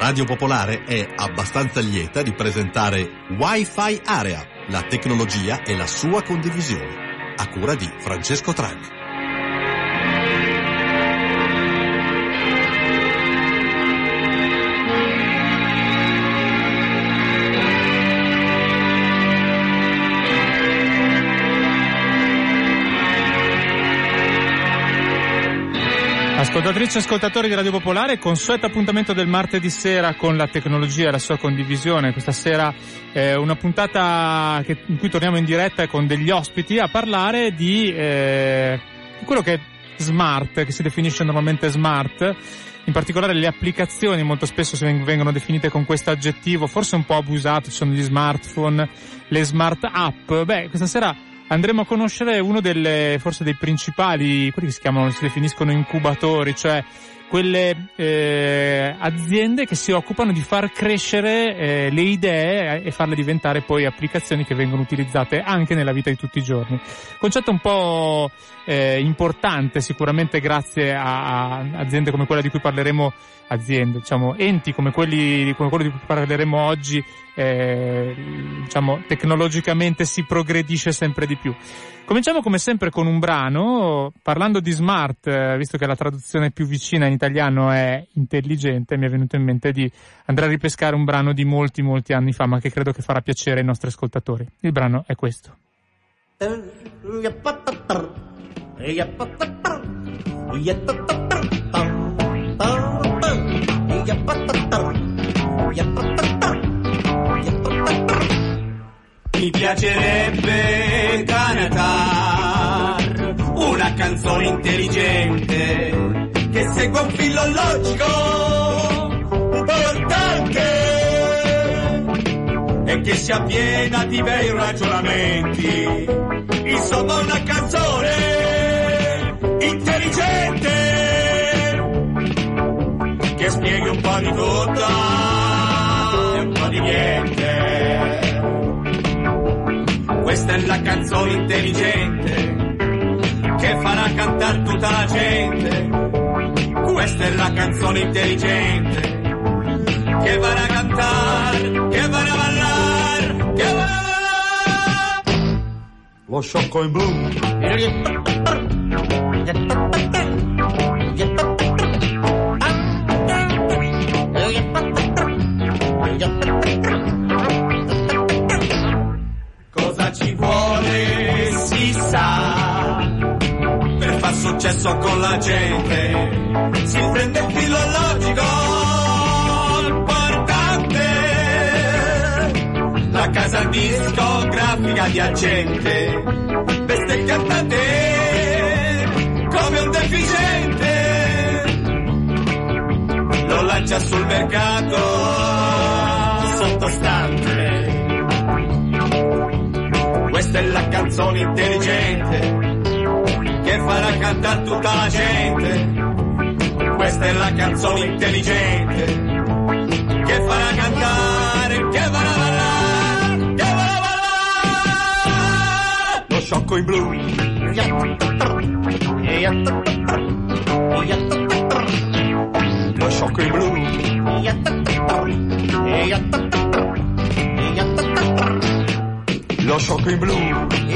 Radio Popolare è abbastanza lieta di presentare Wi-Fi Area, la tecnologia e la sua condivisione, a cura di Francesco Tragni. Ascoltatrici e ascoltatori di Radio Popolare, consueto appuntamento del martedì sera con la tecnologia e la sua condivisione. Questa sera una puntata in cui torniamo in diretta con degli ospiti a parlare di quello che è smart, che si definisce normalmente smart, in particolare le applicazioni molto spesso vengono definite con questo aggettivo, forse un po' abusato, ci sono gli smartphone, le smart app. Questa sera andremo a conoscere uno forse dei principali, quelli che si definiscono incubatori, cioè quelle aziende che si occupano di far crescere le idee e farle diventare poi applicazioni che vengono utilizzate anche nella vita di tutti i giorni. Concetto un po' importante sicuramente grazie a aziende come quella di cui parleremo, enti come quello di cui parleremo oggi. Tecnologicamente si progredisce sempre di più. Cominciamo come sempre con un brano, parlando di smart, visto che la traduzione più vicina in italiano è intelligente, mi è venuto in mente di andare a ripescare un brano di molti anni fa, ma che credo che farà piacere ai nostri ascoltatori. Il brano è questo. Mi piacerebbe cantare una canzone intelligente che segua un filo logico importante e che sia piena di bei ragionamenti. Insomma, una canzone intelligente che spieghi un po' di tutto e un po' di niente. Questa è la canzone intelligente che farà cantare tutta la gente. Questa è la canzone intelligente che farà cantare, che farà ballare, che farà ballare. Lo sciocco in blu. Ci vuole, si sa, per far successo con la gente. Si prende il filo logico importante, la casa discografica di agente veste il cantante come un deficiente, lo lancia sul mercato sottostante. Questa è la canzone intelligente che farà cantare tutta la gente. Questa è la canzone intelligente che farà cantare, che farà ballare, che farà ballare. Lo sciocco in blu. Lo sciocco in blu. Lo sciocco in blu.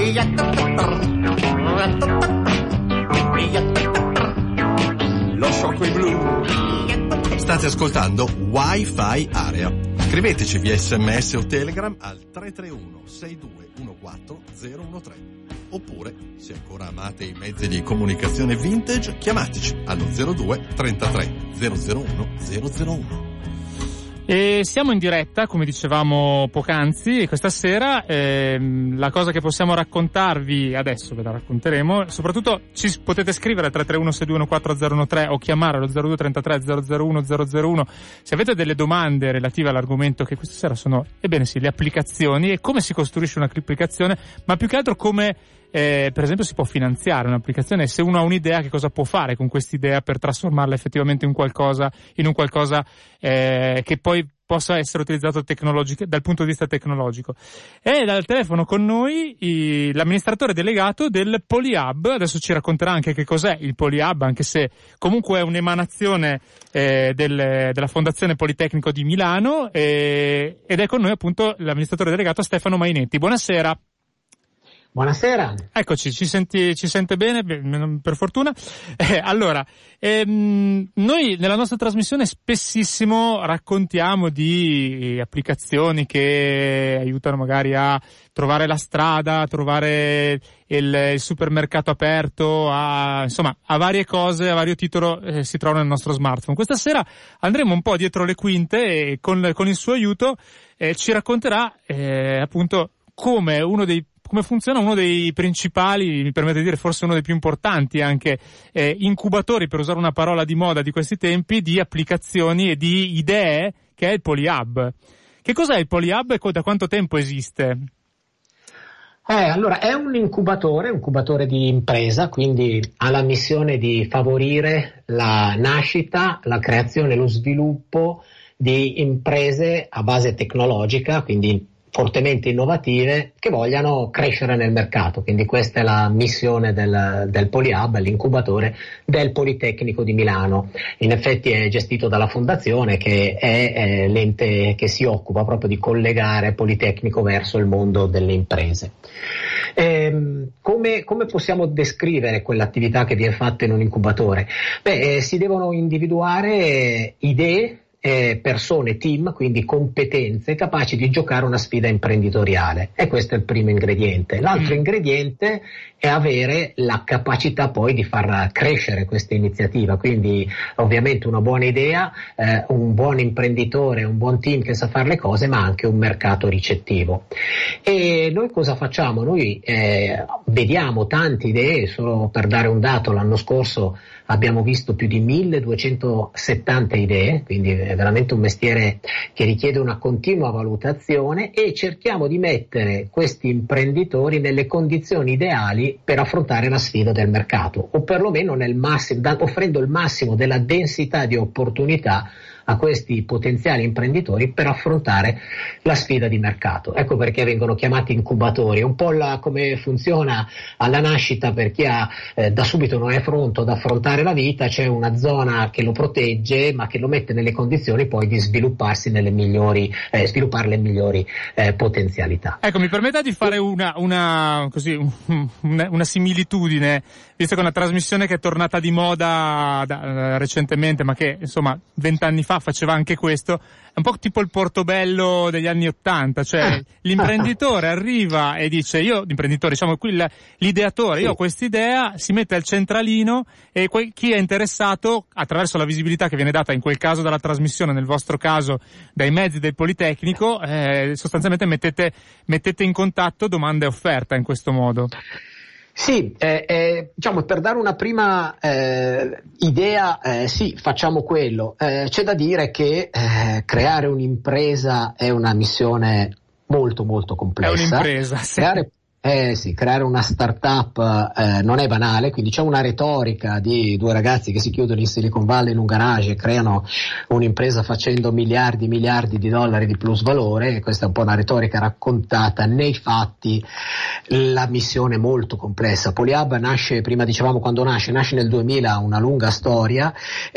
Lo sciocco in blu. State ascoltando Wi-Fi Area. Scriveteci via SMS o Telegram al 331 6214 013. Oppure, se ancora amate i mezzi di comunicazione vintage, chiamateci allo 02 33 001 001. E siamo in diretta, come dicevamo poc'anzi, e questa sera la cosa che possiamo raccontarvi adesso, ve la racconteremo, soprattutto ci potete scrivere al 331-621-4013 o chiamare allo 0233 001 001 se avete delle domande relative all'argomento che questa sera sono, ebbene sì, le applicazioni e come si costruisce un'applicazione, ma più che altro come per esempio si può finanziare un'applicazione, e se uno ha un'idea che cosa può fare con quest'idea per trasformarla effettivamente in un qualcosa che poi possa essere utilizzato dal punto di vista tecnologico. È dal telefono con noi l'amministratore delegato del PolyHub. Adesso ci racconterà anche che cos'è il PolyHub, anche se comunque è un'emanazione della Fondazione Politecnico di Milano, ed è con noi appunto l'amministratore delegato Stefano Mainetti. Buonasera. Buonasera. Eccoci, ci sente bene, per fortuna. Allora, noi nella nostra trasmissione spessissimo raccontiamo di applicazioni che aiutano magari a trovare la strada, a trovare il supermercato aperto, a varie cose, a vario titolo si trovano nel nostro smartphone. Questa sera andremo un po' dietro le quinte e con il suo aiuto ci racconterà appunto come funziona uno dei principali, mi permette di dire forse uno dei più importanti anche incubatori, per usare una parola di moda di questi tempi, di applicazioni e di idee, che è il PolyHub. Che cos'è il PolyHub e da quanto tempo esiste? Allora, è un incubatore di impresa, quindi ha la missione di favorire la nascita, la creazione e lo sviluppo di imprese a base tecnologica, quindi fortemente innovative, che vogliano crescere nel mercato. Quindi questa è la missione del PolyHub, l'incubatore del Politecnico di Milano. In effetti è gestito dalla Fondazione, che è l'ente che si occupa proprio di collegare Politecnico verso il mondo delle imprese. Come possiamo descrivere quell'attività che viene fatta in un incubatore? Si devono individuare idee, persone, team, quindi competenze capaci di giocare una sfida imprenditoriale, e questo è il primo ingrediente. L'altro ingrediente è avere la capacità poi di far crescere questa iniziativa, quindi ovviamente una buona idea, un buon imprenditore, un buon team che sa fare le cose, ma anche un mercato ricettivo. E noi cosa facciamo? Noi vediamo tante idee. Solo per dare un dato, l'anno scorso abbiamo visto più di 1270 idee, quindi è veramente un mestiere che richiede una continua valutazione, e cerchiamo di mettere questi imprenditori nelle condizioni ideali per affrontare la sfida del mercato, o perlomeno offrendo il massimo della densità di opportunità a questi potenziali imprenditori per affrontare la sfida di mercato. Ecco perché vengono chiamati incubatori. Un po' come funziona alla nascita per chi da subito non è pronto ad affrontare la vita, c'è una zona che lo protegge ma che lo mette nelle condizioni poi di svilupparsi sviluppare le migliori potenzialità. Ecco, mi permetta di fare una similitudine, visto che è una trasmissione che è tornata di moda recentemente, ma che insomma 20 anni fa faceva anche questo. È un po' tipo il Portobello degli anni '80, cioè l'imprenditore arriva e dice, l'ideatore, io ho quest'idea, si mette al centralino, e chi è interessato, attraverso la visibilità che viene data in quel caso dalla trasmissione, nel vostro caso dai mezzi del Politecnico, sostanzialmente mettete in contatto domanda e offerta in questo modo. Sì, per dare una prima idea, sì, facciamo quello. C'è da dire che creare un'impresa è una missione molto molto complessa. È un'impresa, sì. Creare una startup non è banale, quindi c'è una retorica di due ragazzi che si chiudono in Silicon Valley in un garage e creano un'impresa facendo miliardi di dollari di plusvalore, e questa è un po' una retorica raccontata. Nei fatti la missione è molto complessa. PolyHub nasce, prima dicevamo quando nasce nel 2000, una lunga storia,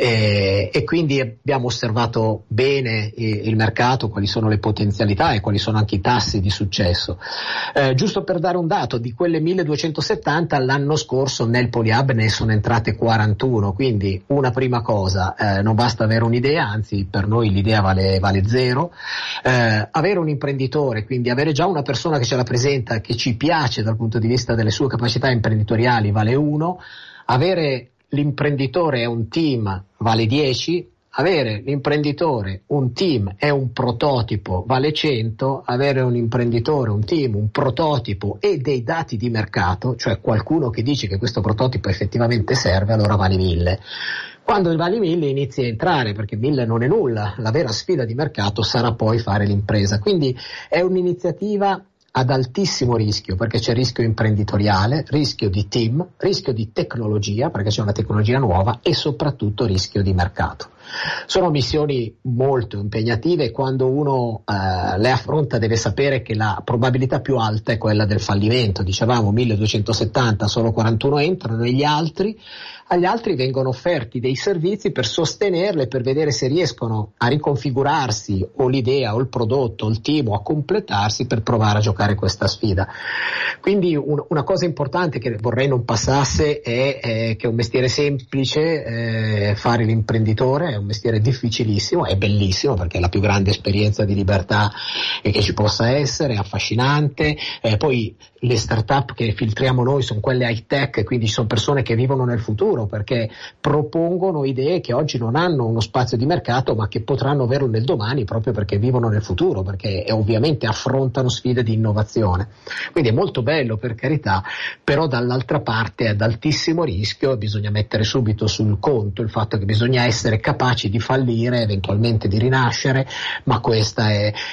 e quindi abbiamo osservato bene il mercato, quali sono le potenzialità e quali sono anche i tassi di successo. Giusto per dare un dato, di quelle 1270 l'anno scorso nel PolyHub ne sono entrate 41, quindi una prima cosa, non basta avere un'idea, anzi per noi l'idea vale zero. Avere un imprenditore, quindi avere già una persona che ce la presenta, che ci piace dal punto di vista delle sue capacità imprenditoriali, vale 1. Avere l'imprenditore e un team vale 10. Avere l'imprenditore, un team e un prototipo vale 100, avere un imprenditore, un team, un prototipo e dei dati di mercato, cioè qualcuno che dice che questo prototipo effettivamente serve, allora vale 1000. Quando vale 1000 inizi a entrare, perché 1000 non è nulla, la vera sfida di mercato sarà poi fare l'impresa. Quindi è un'iniziativa ad altissimo rischio, perché c'è rischio imprenditoriale, rischio di team, rischio di tecnologia, perché c'è una tecnologia nuova, e soprattutto rischio di mercato. Sono missioni molto impegnative e quando uno le affronta deve sapere che la probabilità più alta è quella del fallimento. Dicevamo 1270, solo 41 entrano e agli altri vengono offerti dei servizi per sostenerle, per vedere se riescono a riconfigurarsi o l'idea o il prodotto o il team o a completarsi per provare a giocare questa sfida. Quindi una cosa importante che vorrei non passasse è che è un mestiere semplice, fare l'imprenditore è un mestiere difficilissimo, è bellissimo perché è la più grande esperienza di libertà che ci possa essere, è affascinante, poi le start-up che filtriamo noi sono quelle high tech, quindi sono persone che vivono nel futuro perché propongono idee che oggi non hanno uno spazio di mercato ma che potranno averlo nel domani proprio perché vivono nel futuro, perché ovviamente affrontano sfide di innovazione. Quindi è molto bello, per carità, però dall'altra parte è ad altissimo rischio e bisogna mettere subito sul conto il fatto che bisogna essere capaci di fallire, eventualmente di rinascere, ma questa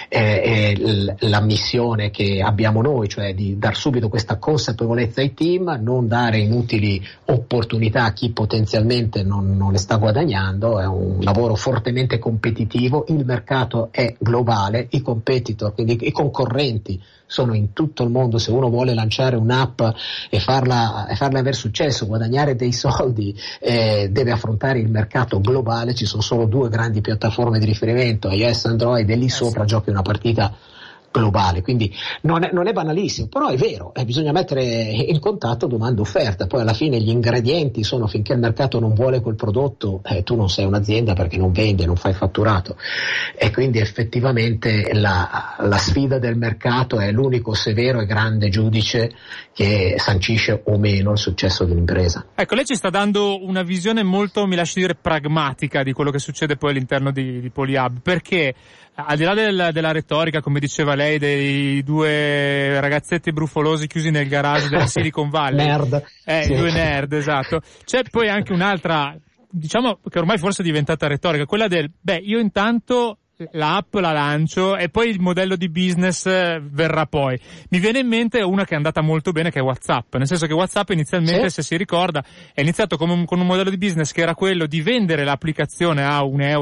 è la missione che abbiamo noi, cioè di dar subito questa consapevolezza ai team, non dare inutili opportunità a chi potenzialmente non le sta guadagnando. È un lavoro fortemente competitivo, il mercato è globale, i competitor, quindi i concorrenti sono in tutto il mondo. Se uno vuole lanciare un'app e farla aver successo, guadagnare dei soldi, deve affrontare il mercato globale. Ci sono solo 2 grandi piattaforme di riferimento, iOS e Android, e lì sopra giochi una partita globale, quindi non è banalissimo, però è vero, bisogna mettere in contatto domanda e offerta. Poi alla fine gli ingredienti sono: finché il mercato non vuole quel prodotto, tu non sei un'azienda perché non vendi, non fai fatturato, e quindi effettivamente la sfida del mercato è l'unico severo e grande giudice che sancisce o meno il successo di un'impresa. Ecco, lei ci sta dando una visione molto, mi lasci dire, pragmatica di quello che succede poi all'interno di Polyhub, perché al di là della retorica, come diceva lei, dei 2 ragazzetti brufolosi chiusi nel garage della Silicon Valley, nerd, sì. 2 nerd, esatto, c'è poi anche un'altra, diciamo che ormai forse è diventata retorica, quella del io intanto l'app la lancio e poi il modello di business verrà poi. Mi viene in mente una che è andata molto bene, che è WhatsApp, nel senso che WhatsApp inizialmente, se si ricorda, è iniziato con un modello di business che era quello di vendere l'applicazione a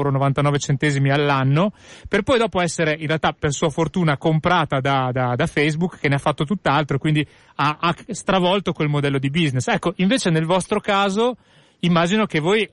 €1,99 all'anno, per poi dopo essere, in realtà per sua fortuna, comprata da Facebook, che ne ha fatto tutt'altro, quindi ha stravolto quel modello di business. Ecco, invece nel vostro caso immagino che voi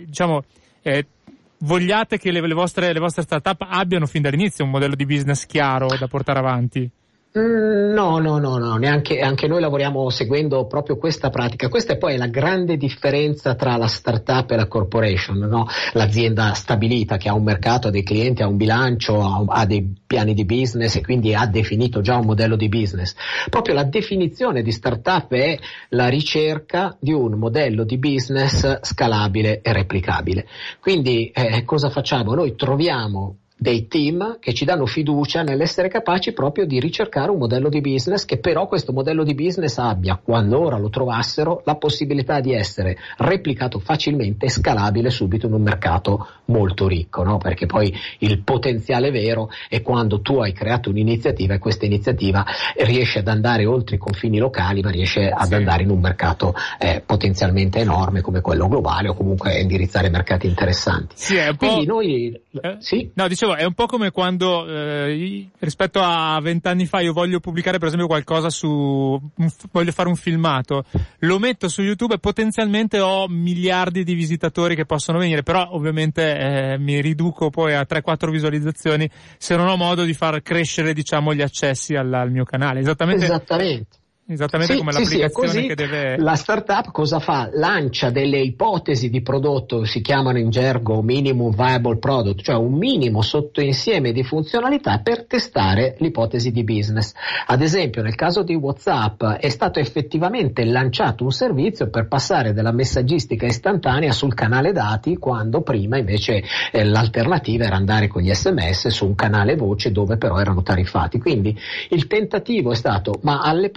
vogliate che le vostre startup abbiano fin dall'inizio un modello di business chiaro da portare avanti. No, neanche, anche noi lavoriamo seguendo proprio questa pratica. Questa è poi la grande differenza tra la startup e la corporation, no? L'azienda stabilita che ha un mercato, ha dei clienti, ha un bilancio, ha dei piani di business e quindi ha definito già un modello di business. Proprio la definizione di startup è la ricerca di un modello di business scalabile e replicabile. Quindi cosa facciamo? Noi troviamo dei team che ci danno fiducia nell'essere capaci proprio di ricercare un modello di business che però questo modello di business abbia, qualora lo trovassero, la possibilità di essere replicato facilmente e scalabile subito in un mercato molto ricco, no? Perché poi il potenziale vero è quando tu hai creato un'iniziativa e questa iniziativa riesce ad andare oltre i confini locali, ma riesce ad andare in un mercato potenzialmente enorme come quello globale, o comunque indirizzare mercati interessanti. Sì, è un quindi po'... noi No, dicevo, è un po' come quando rispetto a 20 anni fa io voglio pubblicare per esempio qualcosa voglio fare un filmato, lo metto su YouTube e potenzialmente ho miliardi di visitatori che possono venire, però ovviamente mi riduco poi a 3-4 visualizzazioni se non ho modo di far crescere, diciamo, gli accessi al mio canale. Esattamente come l'applicazione che deve... La startup cosa fa? Lancia delle ipotesi di prodotto, si chiamano in gergo minimum viable product, cioè un minimo sottoinsieme di funzionalità per testare l'ipotesi di business. Ad esempio, nel caso di WhatsApp è stato effettivamente lanciato un servizio per passare dalla messaggistica istantanea sul canale dati, quando prima invece l'alternativa era andare con gli SMS su un canale voce dove però erano tariffati. Quindi il tentativo è stato: ma alle persone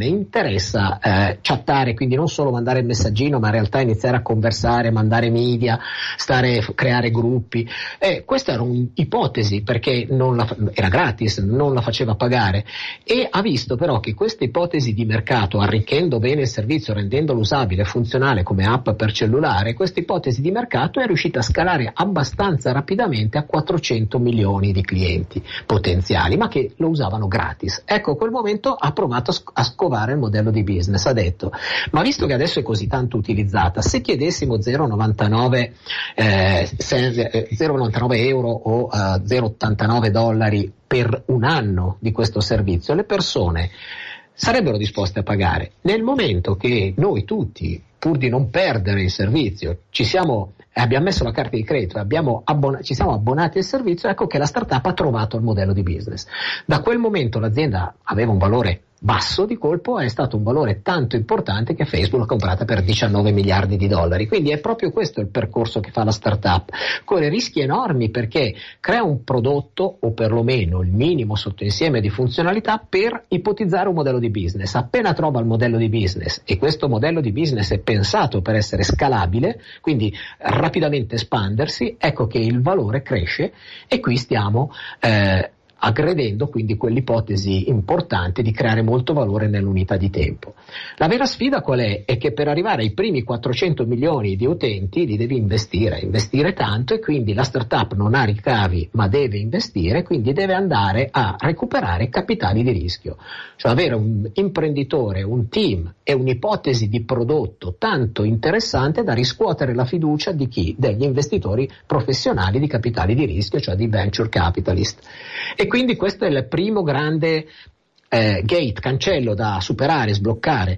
persone interessa chattare, quindi non solo mandare il messaggino, ma in realtà iniziare a conversare, mandare media, creare gruppi. Questa era un'ipotesi, perché era gratis, non la faceva pagare, e ha visto però che questa ipotesi di mercato, arricchendo bene il servizio, rendendolo usabile e funzionale come app per cellulare, questa ipotesi di mercato è riuscita a scalare abbastanza rapidamente a 400 milioni di clienti potenziali, ma che lo usavano gratis. Ecco, a quel momento ha provato a scovare il modello di business, ha detto: ma visto che adesso è così tanto utilizzata, se chiedessimo 0,99 euro o 0,89 dollari per un anno di questo servizio, le persone sarebbero disposte a pagare. Nel momento che noi tutti, pur di non perdere il servizio, abbiamo messo la carta di credito, ci siamo abbonati al servizio, ecco che la startup ha trovato il modello di business. Da quel momento l'azienda aveva un valore basso, di colpo è stato un valore tanto importante che Facebook l'ha comprata per 19 miliardi di dollari. Quindi è proprio questo il percorso che fa la startup, con rischi enormi, perché crea un prodotto o perlomeno il minimo sottoinsieme di funzionalità per ipotizzare un modello di business. Appena trova il modello di business, e questo modello di business è pensato per essere scalabile, quindi rapidamente espandersi, ecco che il valore cresce, e qui stiamo aggredendo quindi quell'ipotesi importante di creare molto valore nell'unità di tempo. La vera sfida qual è? È che per arrivare ai primi 400 milioni di utenti li devi investire tanto, e quindi la startup non ha ricavi ma deve investire, quindi deve andare a recuperare capitali di rischio, cioè avere un imprenditore, un team e un'ipotesi di prodotto tanto interessante da riscuotere la fiducia di chi? Degli investitori professionali di capitali di rischio, cioè di venture capitalist. E quindi questo è il primo grande cancello da superare, sbloccare.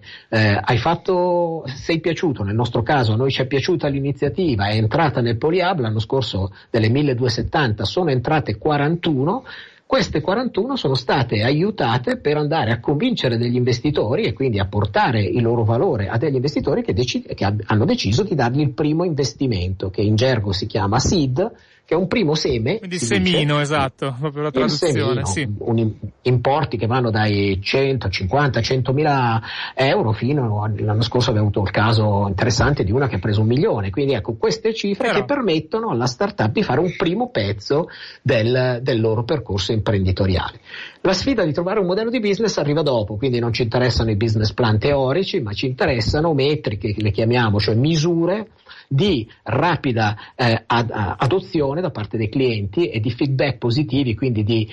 Sei piaciuto, nel nostro caso a noi ci è piaciuta l'iniziativa, è entrata nel PolyHub, l'anno scorso delle 1270 sono entrate 41. Queste 41 sono state aiutate per andare a convincere degli investitori e quindi a portare il loro valore a degli investitori che hanno deciso di dargli il primo investimento, che in gergo si chiama seed, che è un primo seme. Quindi semino, esatto, proprio la traduzione. Semino, sì. Importi che vanno dai 150 100.000 euro fino l'anno scorso abbiamo avuto il caso interessante di una che ha preso 1 milione, quindi ecco queste cifre che permettono alla startup di fare un primo pezzo del loro percorso imprenditoriale. La sfida di trovare un modello di business arriva dopo, quindi non ci interessano i business plan teorici, ma ci interessano metriche, le chiamiamo, cioè misure di rapida adozione da parte dei clienti e di feedback positivi, quindi di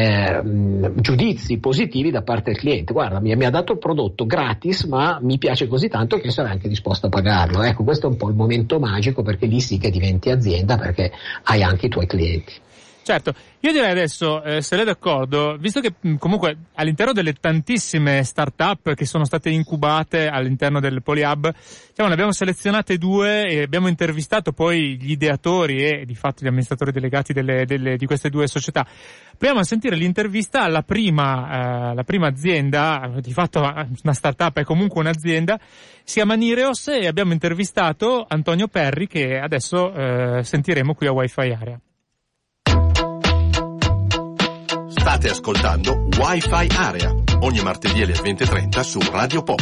giudizi positivi da parte del cliente. Guarda, mi ha dato il prodotto gratis, ma mi piace così tanto che sarei anche disposto a pagarlo. Ecco, questo è un po' il momento magico, perché lì sì che diventi azienda, perché hai anche i tuoi clienti. Certo, io direi adesso, se lei è d'accordo, visto che comunque all'interno delle tantissime start-up che sono state incubate all'interno del PolyHub, ne abbiamo selezionate 2 e abbiamo intervistato poi gli ideatori e di fatto gli amministratori delegati di queste 2 società. Proviamo a sentire l'intervista alla prima azienda, di fatto una start-up è comunque un'azienda, si chiama Nireos, e abbiamo intervistato Antonio Perri, che adesso sentiremo qui a Wi-Fi Area. State ascoltando Wi-Fi Area, ogni martedì alle 20:30 su Radio Pop.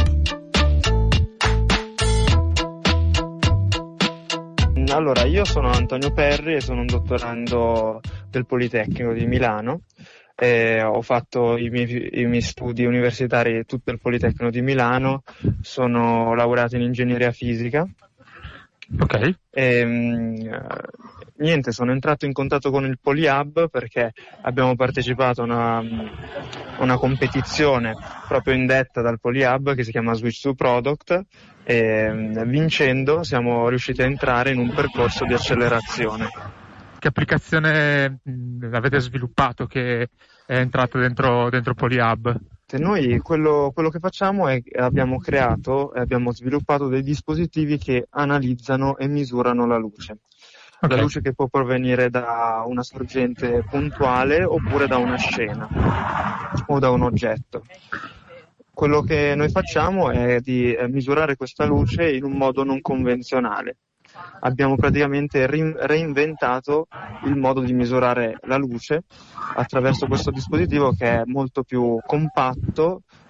Allora, io sono Antonio Perri e sono un dottorando del Politecnico di Milano. Ho fatto i miei studi universitari tutto il Politecnico di Milano, sono laureato in ingegneria fisica. Ok. Niente, sono entrato in contatto con il PolyHub perché abbiamo partecipato a una competizione proprio indetta dal PolyHub che si chiama Switch to Product, e vincendo siamo riusciti a entrare in un percorso di accelerazione. Che applicazione avete sviluppato che è entrato dentro PolyHub? Noi quello che facciamo è che abbiamo creato e abbiamo sviluppato dei dispositivi che analizzano e misurano la luce. Okay. La luce che può provenire da una sorgente puntuale oppure da una scena o da un oggetto. Quello che noi facciamo è di misurare questa luce in un modo non convenzionale. Abbiamo praticamente reinventato il modo di misurare la luce attraverso questo dispositivo che è molto più compatto,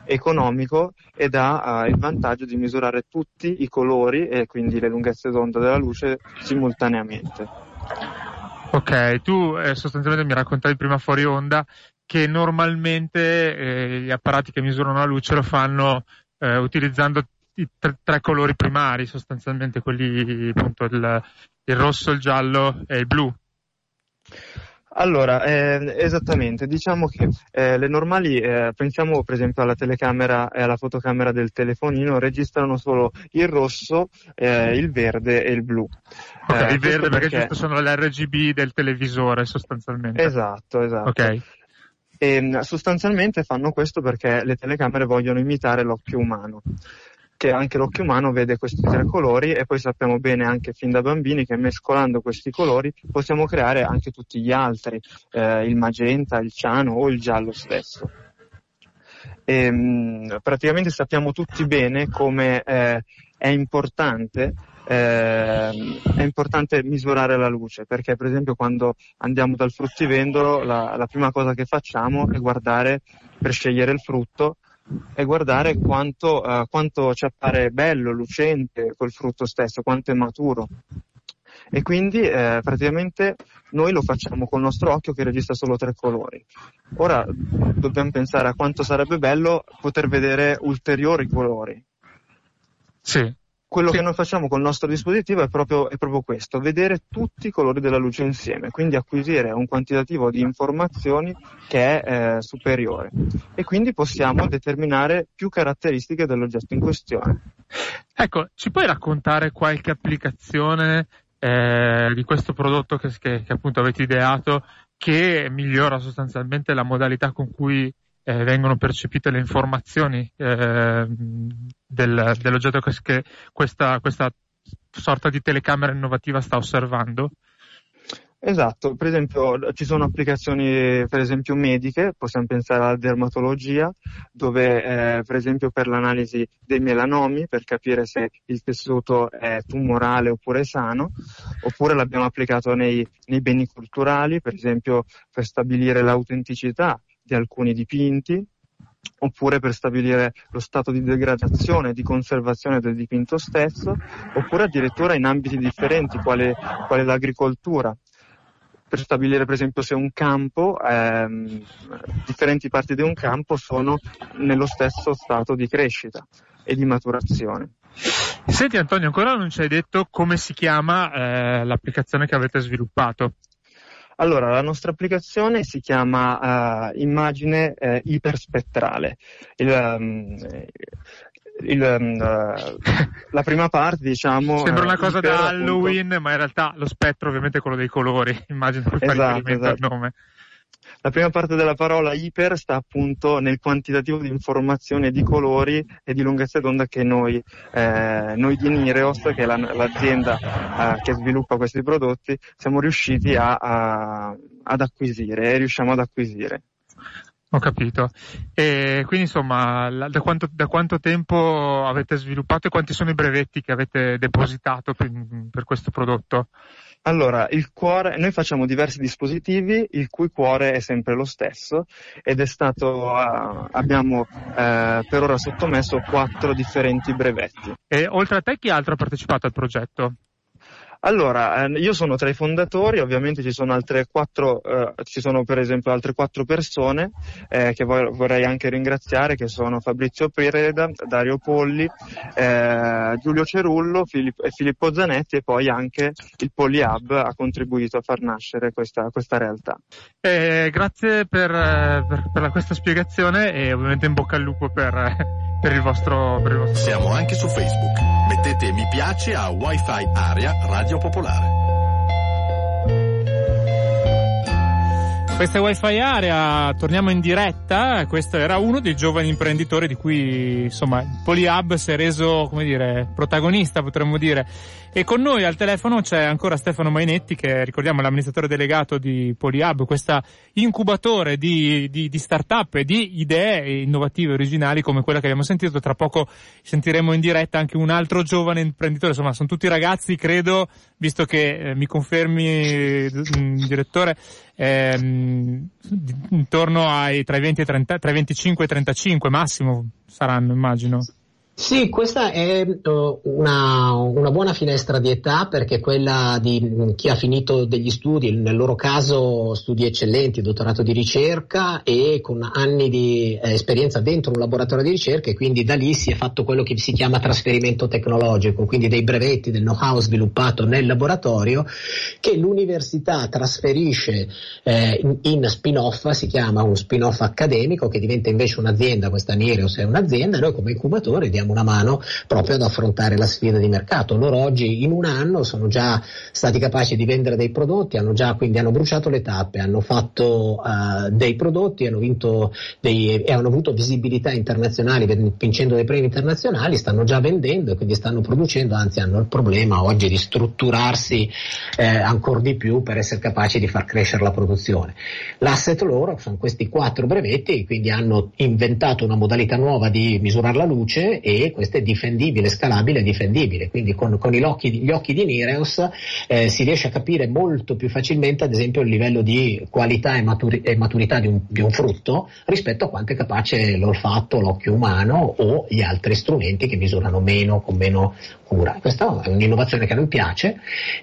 economico ed ha il vantaggio di misurare tutti i colori e quindi le lunghezze d'onda della luce simultaneamente. Ok, tu sostanzialmente mi raccontavi prima fuori onda che normalmente gli apparati che misurano la luce lo fanno utilizzando i tre colori primari, sostanzialmente quelli appunto il rosso, il giallo e il blu. Allora, esattamente, diciamo che le normali, pensiamo per esempio alla telecamera e alla fotocamera del telefonino, registrano solo il rosso, il verde e il blu. Ok, il verde perché sono le RGB del televisore sostanzialmente. Esatto. Ok. E sostanzialmente fanno questo perché le telecamere vogliono imitare l'occhio umano, che anche l'occhio umano vede questi tre colori, e poi sappiamo bene anche fin da bambini che mescolando questi colori possiamo creare anche tutti gli altri, il magenta, il ciano o il giallo stesso. E, praticamente sappiamo tutti bene come è importante misurare la luce, perché per esempio quando andiamo dal fruttivendolo la prima cosa che facciamo è guardare, per scegliere il frutto, e guardare quanto ci appare bello, lucente col frutto stesso, quanto è maturo. E quindi praticamente noi lo facciamo col nostro occhio che registra solo tre colori. Ora dobbiamo pensare a quanto sarebbe bello poter vedere ulteriori colori. Sì. Quello che noi facciamo col nostro dispositivo è proprio questo, vedere tutti i colori della luce insieme, quindi acquisire un quantitativo di informazioni che è superiore, e quindi possiamo determinare più caratteristiche dell'oggetto in questione. Ecco, ci puoi raccontare qualche applicazione di questo prodotto che appunto avete ideato, che migliora sostanzialmente la modalità con cui vengono percepite le informazioni dell'oggetto che questa sorta di telecamera innovativa sta osservando? Esatto, per esempio ci sono applicazioni per esempio mediche, possiamo pensare alla dermatologia, dove per esempio per l'analisi dei melanomi, per capire se il tessuto è tumorale oppure sano, oppure l'abbiamo applicato nei beni culturali, per esempio per stabilire l'autenticità di alcuni dipinti, oppure per stabilire lo stato di degradazione e di conservazione del dipinto stesso, oppure addirittura in ambiti differenti, quale l'agricoltura, per stabilire per esempio se un campo, differenti parti di un campo sono nello stesso stato di crescita e di maturazione. Senti Antonio, ancora non ci hai detto come si chiama l'applicazione che avete sviluppato. Allora, la nostra applicazione si chiama immagine iperspettrale. La prima parte, diciamo, sembra una cosa da Halloween, appunto, ma in realtà lo spettro ovviamente è quello dei colori, immagino che fa riferimento al nome. La prima parte della parola iper sta appunto nel quantitativo di informazioni e di colori e di lunghezza d'onda che noi di Nireos, che è l'azienda che sviluppa questi prodotti, siamo riusciti ad acquisire e riusciamo ad acquisire. Ho capito. E quindi insomma, da quanto tempo avete sviluppato e quanti sono i brevetti che avete depositato per questo prodotto? Allora, il cuore, noi facciamo diversi dispositivi, il cui cuore è sempre lo stesso, ed è stato, abbiamo per ora sottomesso 4 differenti brevetti. E oltre a te chi altro ha partecipato al progetto? Allora, io sono tra i fondatori, ovviamente ci sono per esempio altre 4 persone che vorrei anche ringraziare, che sono Fabrizio Preda, Dario Polli, Giulio Cerullo e Filippo Zanetti, e poi anche il Polyhub ha contribuito a far nascere questa realtà. Grazie per questa spiegazione, e ovviamente in bocca al lupo per il vostro. Siamo anche su Facebook. Mettete mi piace a Wi-Fi Area Radio Popolare. Questa è Wi-Fi Area, torniamo in diretta. Questo era uno dei giovani imprenditori di cui insomma il Polyhub si è reso, come dire, protagonista, potremmo dire. E con noi al telefono c'è ancora Stefano Mainetti, che ricordiamo è l'amministratore delegato di Polyhub, questa incubatore di start-up e di idee innovative originali come quella che abbiamo sentito. Tra poco sentiremo in diretta anche un altro giovane imprenditore, insomma sono tutti ragazzi, credo, visto che mi confermi, direttore, intorno tra i 20 e 30, tra i 25 e 35 massimo saranno, immagino. Sì, questa è una buona finestra di età, perché quella di chi ha finito degli studi, nel loro caso studi eccellenti, dottorato di ricerca e con anni di esperienza dentro un laboratorio di ricerca, e quindi da lì si è fatto quello che si chiama trasferimento tecnologico, quindi dei brevetti, del know-how sviluppato nel laboratorio che l'università trasferisce in spin-off, si chiama un spin-off accademico che diventa invece un'azienda, questa Nireos è un'azienda, e noi come incubatore diamo una mano proprio ad affrontare la sfida di mercato. Loro oggi in un anno sono già stati capaci di vendere dei prodotti, hanno bruciato le tappe, hanno fatto dei prodotti, hanno vinto e hanno avuto visibilità internazionali vincendo dei premi internazionali, stanno già vendendo e quindi stanno producendo, anzi hanno il problema oggi di strutturarsi ancora di più per essere capaci di far crescere la produzione. L'asset loro sono questi 4 brevetti, quindi hanno inventato una modalità nuova di misurare la luce, e questo è difendibile, scalabile e difendibile, quindi con gli occhi di Nireos si riesce a capire molto più facilmente ad esempio il livello di qualità e maturità di un frutto rispetto a quanto è capace l'olfatto, l'occhio umano o gli altri strumenti che misurano con meno cura. Questa è un'innovazione che a noi piace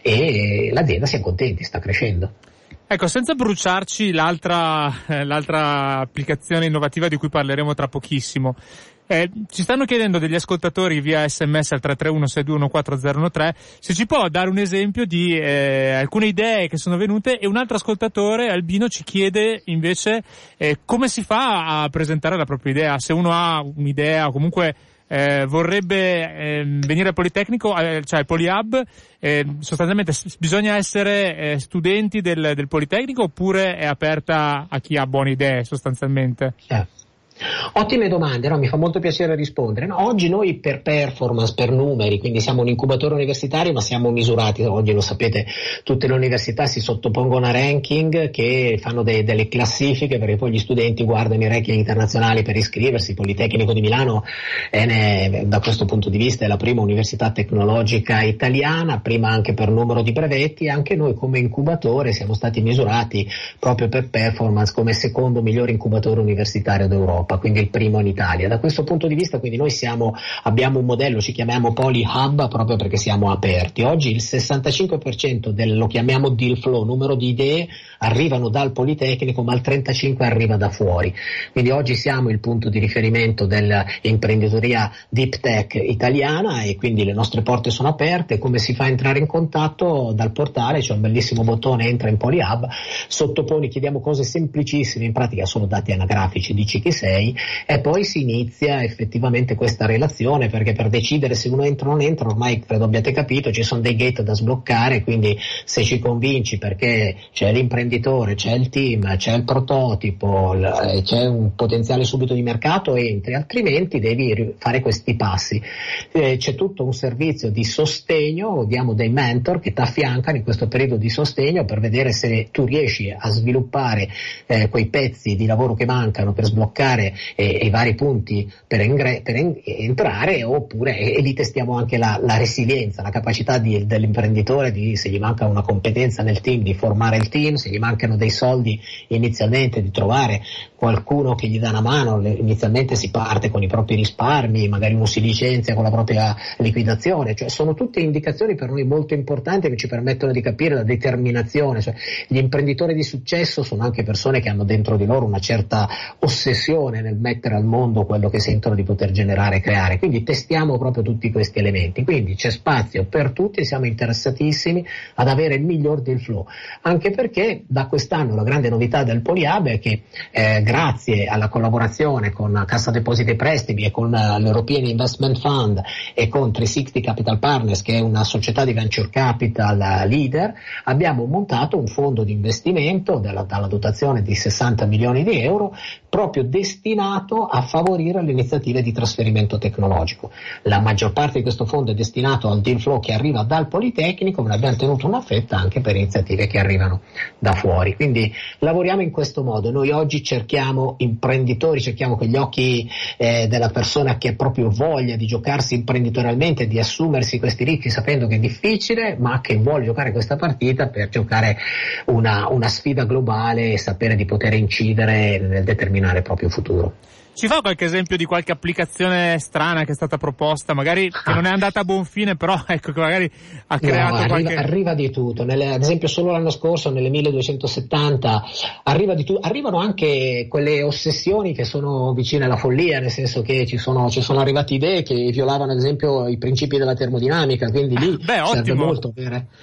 e l'azienda si è contenti, sta crescendo. Ecco, senza bruciarci l'altra applicazione innovativa di cui parleremo tra pochissimo, ci stanno chiedendo degli ascoltatori via SMS al 331-621-4013 se ci può dare un esempio di alcune idee che sono venute, e un altro ascoltatore, Albino, ci chiede invece come si fa a presentare la propria idea, se uno ha un'idea o comunque vorrebbe venire al Politecnico, cioè al Polihub, sostanzialmente bisogna essere studenti del Politecnico oppure è aperta a chi ha buone idee sostanzialmente? Ottime domande, mi fa molto piacere rispondere. Oggi noi per performance, per numeri, quindi siamo un incubatore universitario ma siamo misurati, oggi lo sapete, tutte le università si sottopongono a ranking che fanno delle classifiche, perché poi gli studenti guardano i ranking internazionali per iscriversi. Il Politecnico di Milano da questo punto di vista è la prima università tecnologica italiana, prima anche per numero di brevetti, e anche noi come incubatore siamo stati misurati proprio per performance come secondo migliore incubatore universitario d'Europa, quindi il primo in Italia. Da questo punto di vista quindi noi abbiamo un modello, ci chiamiamo Polihub proprio perché siamo aperti. Oggi il 65% lo chiamiamo deal flow, numero di idee arrivano dal Politecnico, ma il 35% arriva da fuori. Quindi oggi siamo il punto di riferimento dell'imprenditoria deep tech italiana, e quindi le nostre porte sono aperte. Come si fa a entrare in contatto? Dal portale c'è un bellissimo bottone, entra in Polihub, sottoponi, chiediamo cose semplicissime, in pratica solo dati anagrafici, dici chi sei, e poi si inizia effettivamente questa relazione, perché per decidere se uno entra o non entra, ormai credo abbiate capito, ci sono dei gate da sbloccare, quindi se ci convinci perché c'è l'imprenditore, c'è il team, c'è il prototipo, c'è un potenziale subito di mercato, entri, altrimenti devi fare questi passi. C'è tutto un servizio di sostegno, diamo dei mentor che ti affiancano in questo periodo di sostegno per vedere se tu riesci a sviluppare quei pezzi di lavoro che mancano per sbloccare i vari punti per entrare, oppure, e lì testiamo anche la resilienza, la capacità dell'imprenditore se gli manca una competenza nel team, di formare il team, se gli mancano dei soldi inizialmente, di trovare qualcuno che gli dà una mano. Inizialmente si parte con i propri risparmi, magari uno si licenzia con la propria liquidazione, cioè sono tutte indicazioni per noi molto importanti che ci permettono di capire la determinazione. Cioè, gli imprenditori di successo sono anche persone che hanno dentro di loro una certa ossessione nel mettere al mondo quello che sentono di poter generare e creare, quindi testiamo proprio tutti questi elementi, quindi c'è spazio per tutti e siamo interessatissimi ad avere il miglior deal flow, anche perché da quest'anno la grande novità del Polihub è che grazie alla collaborazione con Cassa Depositi e Prestiti e con l'European Investment Fund e con 360 Capital Partners, che è una società di venture capital leader, abbiamo montato un fondo di investimento dalla dotazione di 60 milioni di euro proprio destinato a favorire le iniziative di trasferimento tecnologico. La maggior parte di questo fondo è destinato al deal flow che arriva dal Politecnico, ma abbiamo tenuto una fetta anche per iniziative che arrivano da fuori. Quindi lavoriamo in questo modo. Noi oggi cerchiamo imprenditori, cerchiamo che gli occhi della persona che ha proprio voglia di giocarsi imprenditorialmente, di assumersi questi rischi sapendo che è difficile, ma che vuole giocare questa partita per giocare una sfida globale e sapere di poter incidere nel determinare il proprio futuro. Ci fa qualche esempio di qualche applicazione strana che è stata proposta, magari che non è andata a buon fine, però ecco che magari ha creato qualche... Arriva di tutto. Ad esempio solo l'anno scorso, nelle 1270, arriva di tutto. Arrivano anche quelle ossessioni che sono vicine alla follia, nel senso che ci sono arrivate idee che violavano ad esempio i principi della termodinamica, quindi lì serve molto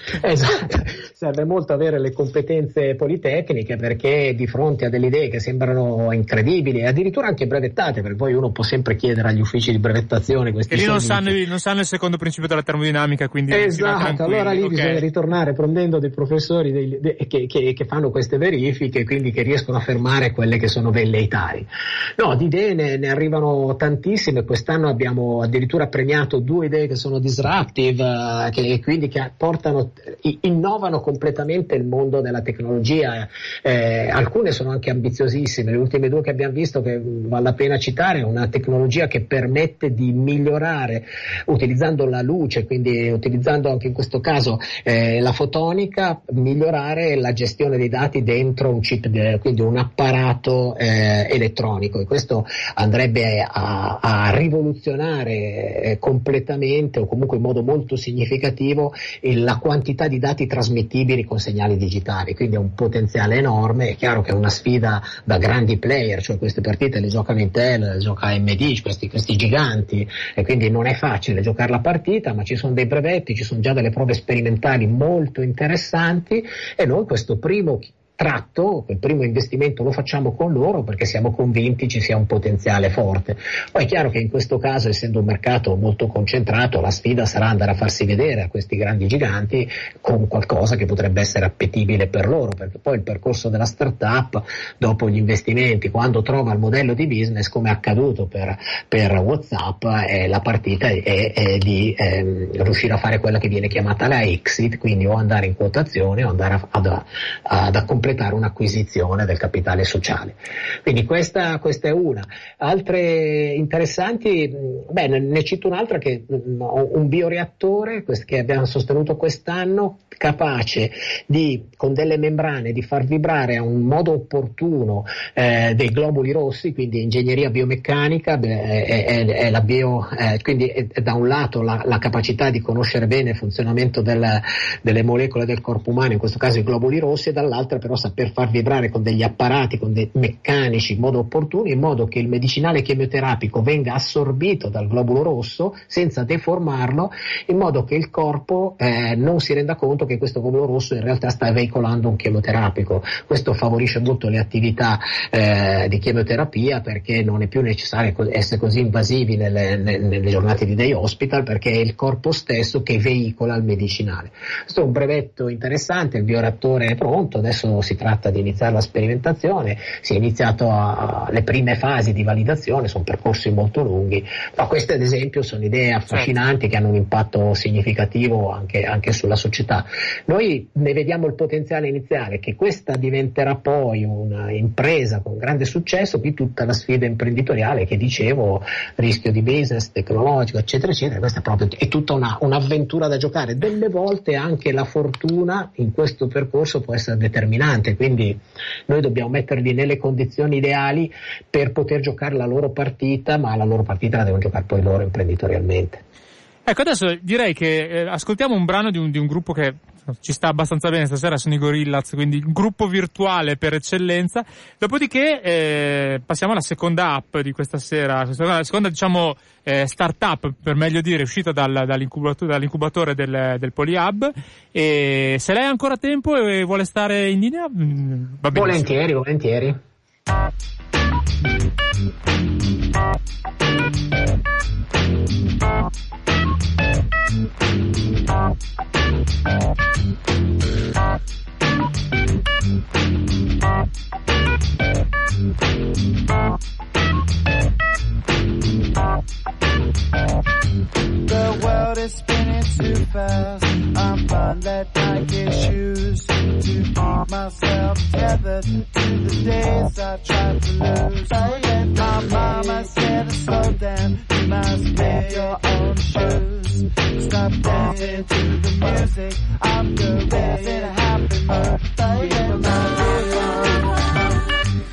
serve molto avere le competenze politecniche, perché di fronte a delle idee che sembrano incredibili, addirittura anche brevettate, perché poi uno può sempre chiedere agli uffici di brevettazione questi e lì non sanno il secondo principio della termodinamica, quindi esatto, allora lì bisogna ritornare prendendo dei professori che fanno queste verifiche, quindi che riescono a fermare quelle che sono velleitarie. No, di idee ne arrivano tantissime. Quest'anno abbiamo addirittura premiato 2 idee che sono disruptive, che innovano completamente il mondo della tecnologia. Alcune sono anche ambiziosissime. Le ultime 2 che abbiamo visto, che vale la pena citare, una tecnologia che permette di migliorare utilizzando la luce, quindi utilizzando anche in questo caso la fotonica, migliorare la gestione dei dati dentro un chip, quindi un apparato elettronico, e questo andrebbe a rivoluzionare completamente, o comunque in modo molto significativo, la quantità di dati trasmettibili con segnali digitali, quindi è un potenziale enorme. È chiaro che è una sfida da grandi player, cioè queste partite le giocano Intel, le gioca AMD, questi giganti, e quindi non è facile giocare la partita, ma ci sono dei brevetti, ci sono già delle prove sperimentali molto interessanti, e noi questo primo tratto, quel primo investimento lo facciamo con loro perché siamo convinti ci sia un potenziale forte. Poi è chiaro che in questo caso, essendo un mercato molto concentrato, la sfida sarà andare a farsi vedere a questi grandi giganti con qualcosa che potrebbe essere appetibile per loro, perché poi il percorso della startup dopo gli investimenti, quando trova il modello di business, come è accaduto per WhatsApp, la partita è di riuscire a fare quella che viene chiamata la exit, quindi o andare in quotazione o andare ad completare un'acquisizione del capitale sociale. Quindi questa è una. Altre interessanti, ne cito un'altra, che un bioreattore che abbiamo sostenuto quest'anno, capace con delle membrane di far vibrare a un modo opportuno dei globuli rossi, quindi ingegneria biomeccanica, quindi è da un lato la capacità di conoscere bene il funzionamento delle molecole del corpo umano, in questo caso i globuli rossi, e dall'altra però saper far vibrare con degli apparati, con dei meccanici in modo opportuno, in modo che il medicinale chemioterapico venga assorbito dal globulo rosso senza deformarlo, in modo che il corpo non si renda conto che questo globulo rosso in realtà sta veicolando un chemioterapico. Questo favorisce molto le attività di chemioterapia, perché non è più necessario essere così invasivi nelle giornate di day hospital, perché è il corpo stesso che veicola il medicinale. Questo è un brevetto interessante, il bioreattore è pronto, adesso si tratta di iniziare la sperimentazione, si è iniziato le prime fasi di validazione, sono percorsi molto lunghi, ma queste ad esempio sono idee affascinanti che hanno un impatto significativo anche sulla società. Noi ne vediamo il potenziale iniziale, che questa diventerà poi una impresa con grande successo, qui tutta la sfida imprenditoriale che dicevo, rischio di business, tecnologico, eccetera, eccetera, questa è tutta un'avventura da giocare. Delle volte anche la fortuna in questo percorso può essere determinante, quindi noi dobbiamo metterli nelle condizioni ideali per poter giocare la loro partita, ma la loro partita la devono giocare poi loro imprenditorialmente. Ecco, adesso direi che ascoltiamo un brano di un gruppo che ci sta abbastanza bene stasera, sono i Gorillaz, quindi un gruppo virtuale per eccellenza. Dopodiché passiamo alla seconda app di questa sera, la seconda startup, per meglio dire, uscita dall'incubatore del PolyHub. E se lei ha ancora tempo e vuole stare in linea, va bene. Volentieri. dress. I'm fine, let Nike shoes to keep myself tethered to the days I tried to lose. My mama said, slow down, you must wear your own shoes. Stop dancing to the music, I'm good, in a happy mood. Feel my rhythm.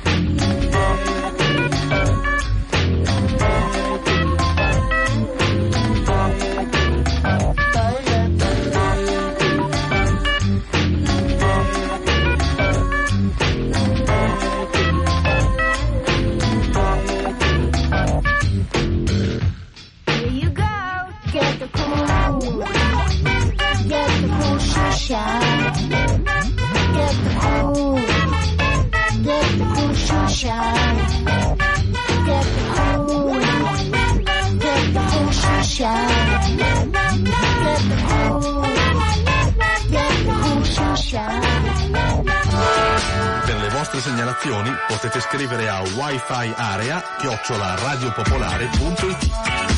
Per le vostre segnalazioni potete scrivere a wifiarea@radiopopolare.it.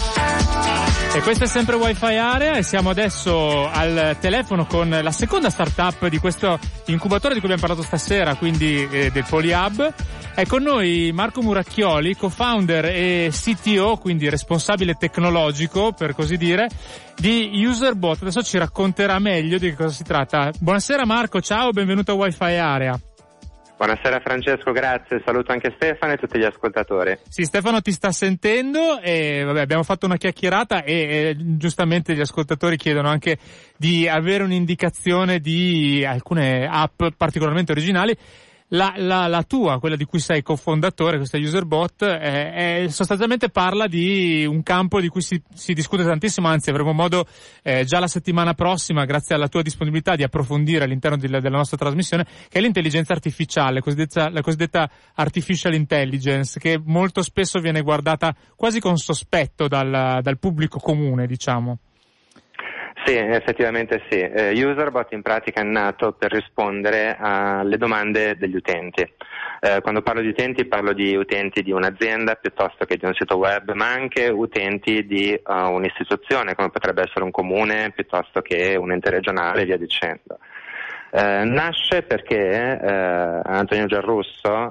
E questo è sempre Wi-Fi Area e siamo adesso al telefono con la seconda startup di questo incubatore di cui abbiamo parlato stasera, quindi del PolyHub. È con noi Marco Muracchioli, co-founder e CTO, quindi responsabile tecnologico, per così dire, di UserBot. Adesso ci racconterà meglio di che cosa si tratta. Buonasera Marco, ciao, benvenuto a Wi-Fi Area. Buonasera Francesco, grazie, saluto anche Stefano e tutti gli ascoltatori. Sì, Stefano ti sta sentendo e abbiamo fatto una chiacchierata e giustamente gli ascoltatori chiedono anche di avere un'indicazione di alcune app particolarmente originali. La tua, quella di cui sei cofondatore, questa UserBot, sostanzialmente parla di un campo di cui si discute tantissimo, anzi avremo modo già la settimana prossima, grazie alla tua disponibilità, di approfondire all'interno della nostra trasmissione, che è l'intelligenza artificiale, la cosiddetta artificial intelligence, che molto spesso viene guardata quasi con sospetto dal pubblico comune, diciamo. Sì, effettivamente sì. UserBot in pratica è nato per rispondere alle domande degli utenti. Quando parlo di utenti parlo di utenti di un'azienda piuttosto che di un sito web, ma anche utenti di un'istituzione come potrebbe essere un comune piuttosto che un ente regionale e via dicendo. Nasce perché Antonio Giarrusso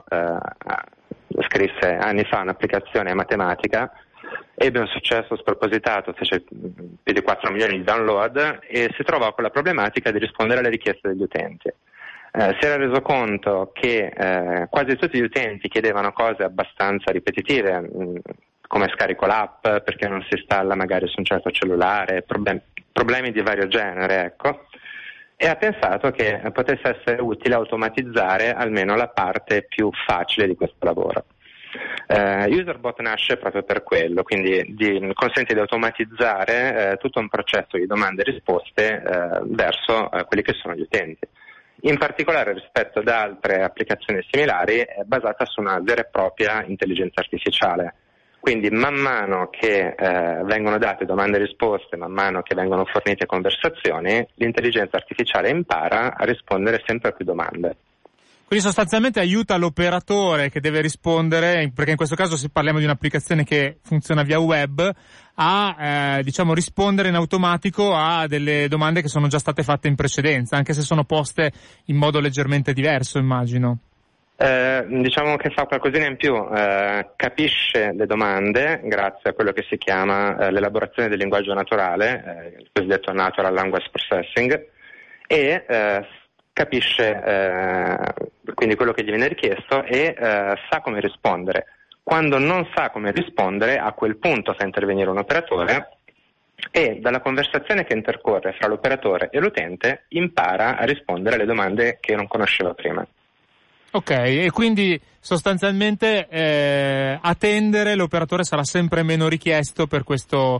scrisse anni fa un'applicazione matematica, ebbe un successo spropositato, fece più di 4 milioni di download e si trovò con la problematica di rispondere alle richieste degli utenti. Si era reso conto che quasi tutti gli utenti chiedevano cose abbastanza ripetitive, come scarico l'app, perché non si installa magari su un certo cellulare, problemi di vario genere, ecco, e ha pensato che potesse essere utile automatizzare almeno la parte più facile di questo lavoro. UserBot nasce proprio per quello, quindi consente di automatizzare tutto un processo di domande e risposte verso quelli che sono gli utenti. In particolare rispetto ad altre applicazioni similari è basata su una vera e propria intelligenza artificiale. Quindi man mano che vengono date domande e risposte, man mano che vengono fornite conversazioni, l'intelligenza artificiale impara a rispondere sempre a più domande. Quindi sostanzialmente aiuta l'operatore che deve rispondere, perché in questo caso parliamo di un'applicazione che funziona via web, a rispondere in automatico a delle domande che sono già state fatte in precedenza, anche se sono poste in modo leggermente diverso, immagino. Diciamo che fa qualcosina in più, capisce le domande grazie a quello che si chiama l'elaborazione del linguaggio naturale, il cosiddetto Natural Language Processing, e capisce quindi quello che gli viene richiesto e sa come rispondere. Quando non sa come rispondere, a quel punto fa intervenire un operatore e dalla conversazione che intercorre fra l'operatore e l'utente impara a rispondere alle domande che non conosceva prima. Ok, e quindi sostanzialmente attendere l'operatore sarà sempre meno richiesto per questo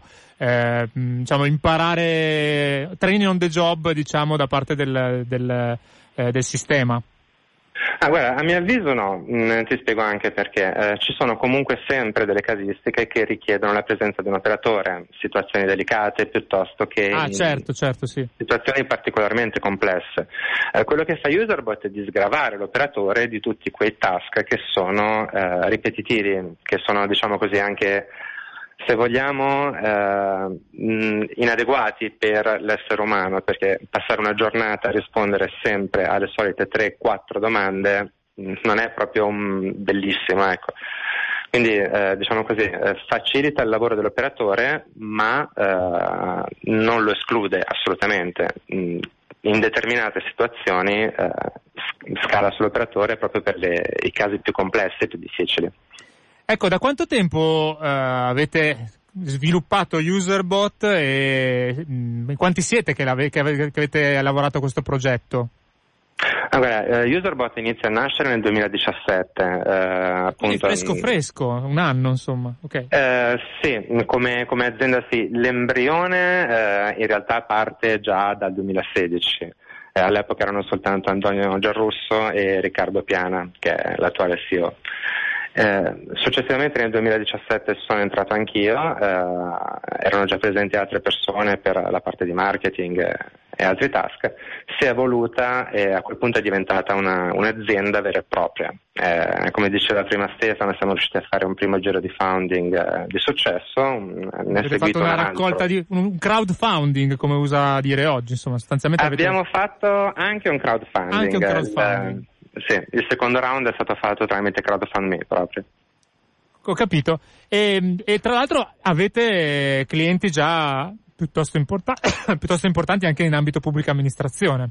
imparare training on the job, diciamo, da parte del sistema. Guarda, a mio avviso no, ti spiego anche perché. Ci sono comunque sempre delle casistiche che richiedono la presenza di un operatore, situazioni delicate piuttosto che certo, sì. Situazioni particolarmente complesse. Quello che fa UserBot è di sgravare l'operatore di tutti quei task che sono ripetitivi, che sono, diciamo così, anche se vogliamo, inadeguati per l'essere umano, perché passare una giornata a rispondere sempre alle solite 3-4 domande non è proprio bellissimo, ecco. Quindi diciamo così, facilita il lavoro dell'operatore, ma non lo esclude assolutamente. In determinate situazioni scala sull'operatore proprio per i casi più complessi e più difficili. Ecco, da quanto tempo avete sviluppato UserBot e quanti siete che avete lavorato a questo progetto? Allora, UserBot inizia a nascere nel 2017. Appunto, fresco, un anno insomma. Okay. Sì, come azienda sì. L'embrione in realtà parte già dal 2016. All'epoca erano soltanto Antonio Giarrusso e Riccardo Piana, che è l'attuale CEO. Successivamente nel 2017 sono entrato anch'io, erano già presenti altre persone per la parte di marketing e altri task. Si è evoluta e a quel punto è diventata un'azienda vera e propria. Come diceva prima Stefano, siamo riusciti a fare un primo giro di founding di successo. Avete fatto una raccolta un crowdfunding, come usa dire oggi, insomma, sostanzialmente abbiamo fatto anche un crowdfunding. Sì, il secondo round è stato fatto tramite CrowdFundMe proprio. Ho capito. E tra l'altro avete clienti già piuttosto importanti anche in ambito pubblica amministrazione.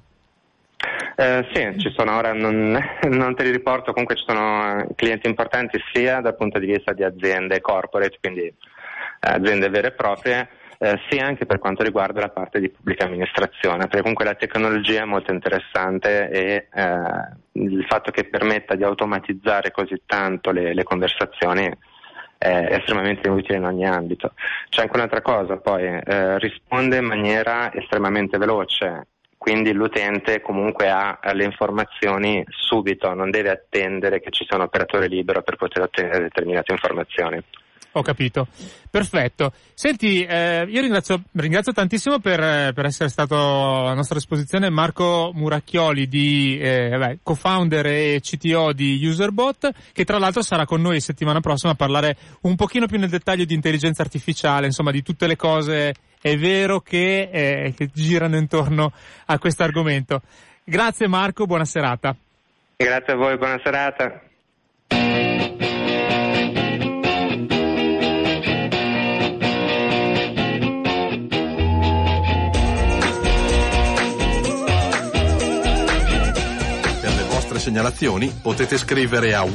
Sì, ci sono ora, non te li riporto, comunque ci sono clienti importanti sia dal punto di vista di aziende corporate, quindi aziende vere e proprie, sia anche per quanto riguarda la parte di pubblica amministrazione, perché comunque la tecnologia è molto interessante e il fatto che permetta di automatizzare così tanto le conversazioni è estremamente utile in ogni ambito. C'è anche un'altra cosa, poi risponde in maniera estremamente veloce, quindi l'utente comunque ha le informazioni subito, non deve attendere che ci sia un operatore libero per poter ottenere determinate informazioni. Ho capito, perfetto. Senti, io ringrazio tantissimo per essere stato alla nostra esposizione Marco Muracchioli, co-founder e CTO di UserBot, che tra l'altro sarà con noi settimana prossima a parlare un pochino più nel dettaglio di intelligenza artificiale, insomma di tutte le cose, è vero, che girano intorno a questo argomento. Grazie Marco, buona serata. Grazie a voi, buona serata. Segnalazioni potete scrivere a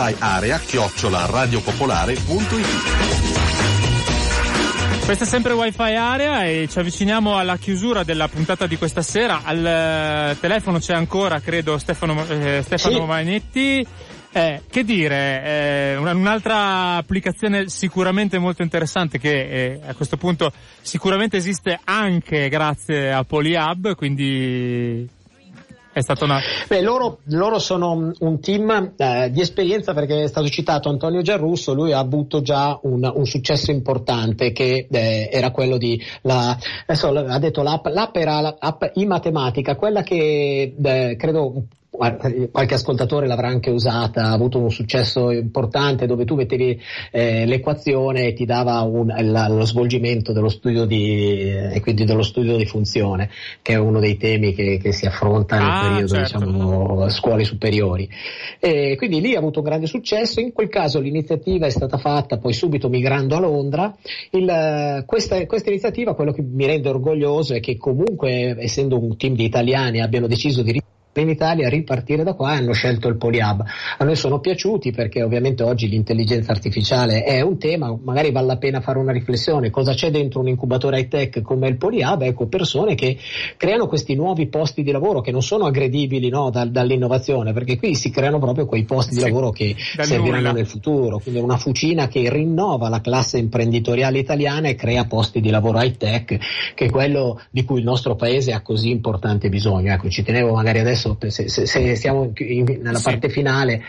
wifiarea@radiopopolare.it. Questa è sempre Wi-Fi Area e ci avviciniamo alla chiusura della puntata di questa sera. Al telefono c'è ancora, credo, Stefano sì. Magnetti. Che dire, un'altra applicazione sicuramente molto interessante che a questo punto sicuramente esiste anche grazie a PolyHub, quindi è stata una... loro sono un team di esperienza, perché è stato citato Antonio Giarrusso. Lui ha avuto già un successo importante che era quello di adesso ha detto l'app era l'app iMatematica, quella che credo qualche ascoltatore l'avrà anche usata, ha avuto un successo importante, dove tu mettevi l'equazione e ti dava lo svolgimento dello studio e quindi dello studio di funzione, che è uno dei temi che si affronta nel periodo, certo, diciamo, scuole superiori. E quindi lì ha avuto un grande successo. In quel caso l'iniziativa è stata fatta poi subito migrando a Londra. Questa iniziativa, quello che mi rende orgoglioso è che comunque, essendo un team di italiani, abbiano deciso di in Italia ripartire da qua e hanno scelto il PolyHub. A noi sono piaciuti perché ovviamente oggi l'intelligenza artificiale è un tema, magari vale la pena fare una riflessione: cosa c'è dentro un incubatore high tech come il PolyHub? Ecco, persone che creano questi nuovi posti di lavoro che non sono aggredibili, no, dall'innovazione, perché qui si creano proprio quei posti di lavoro che serviranno nel futuro, quindi una fucina che rinnova la classe imprenditoriale italiana e crea posti di lavoro high tech, che è quello di cui il nostro paese ha così importante bisogno. Ecco, ci tenevo magari adesso, se siamo nella parte finale,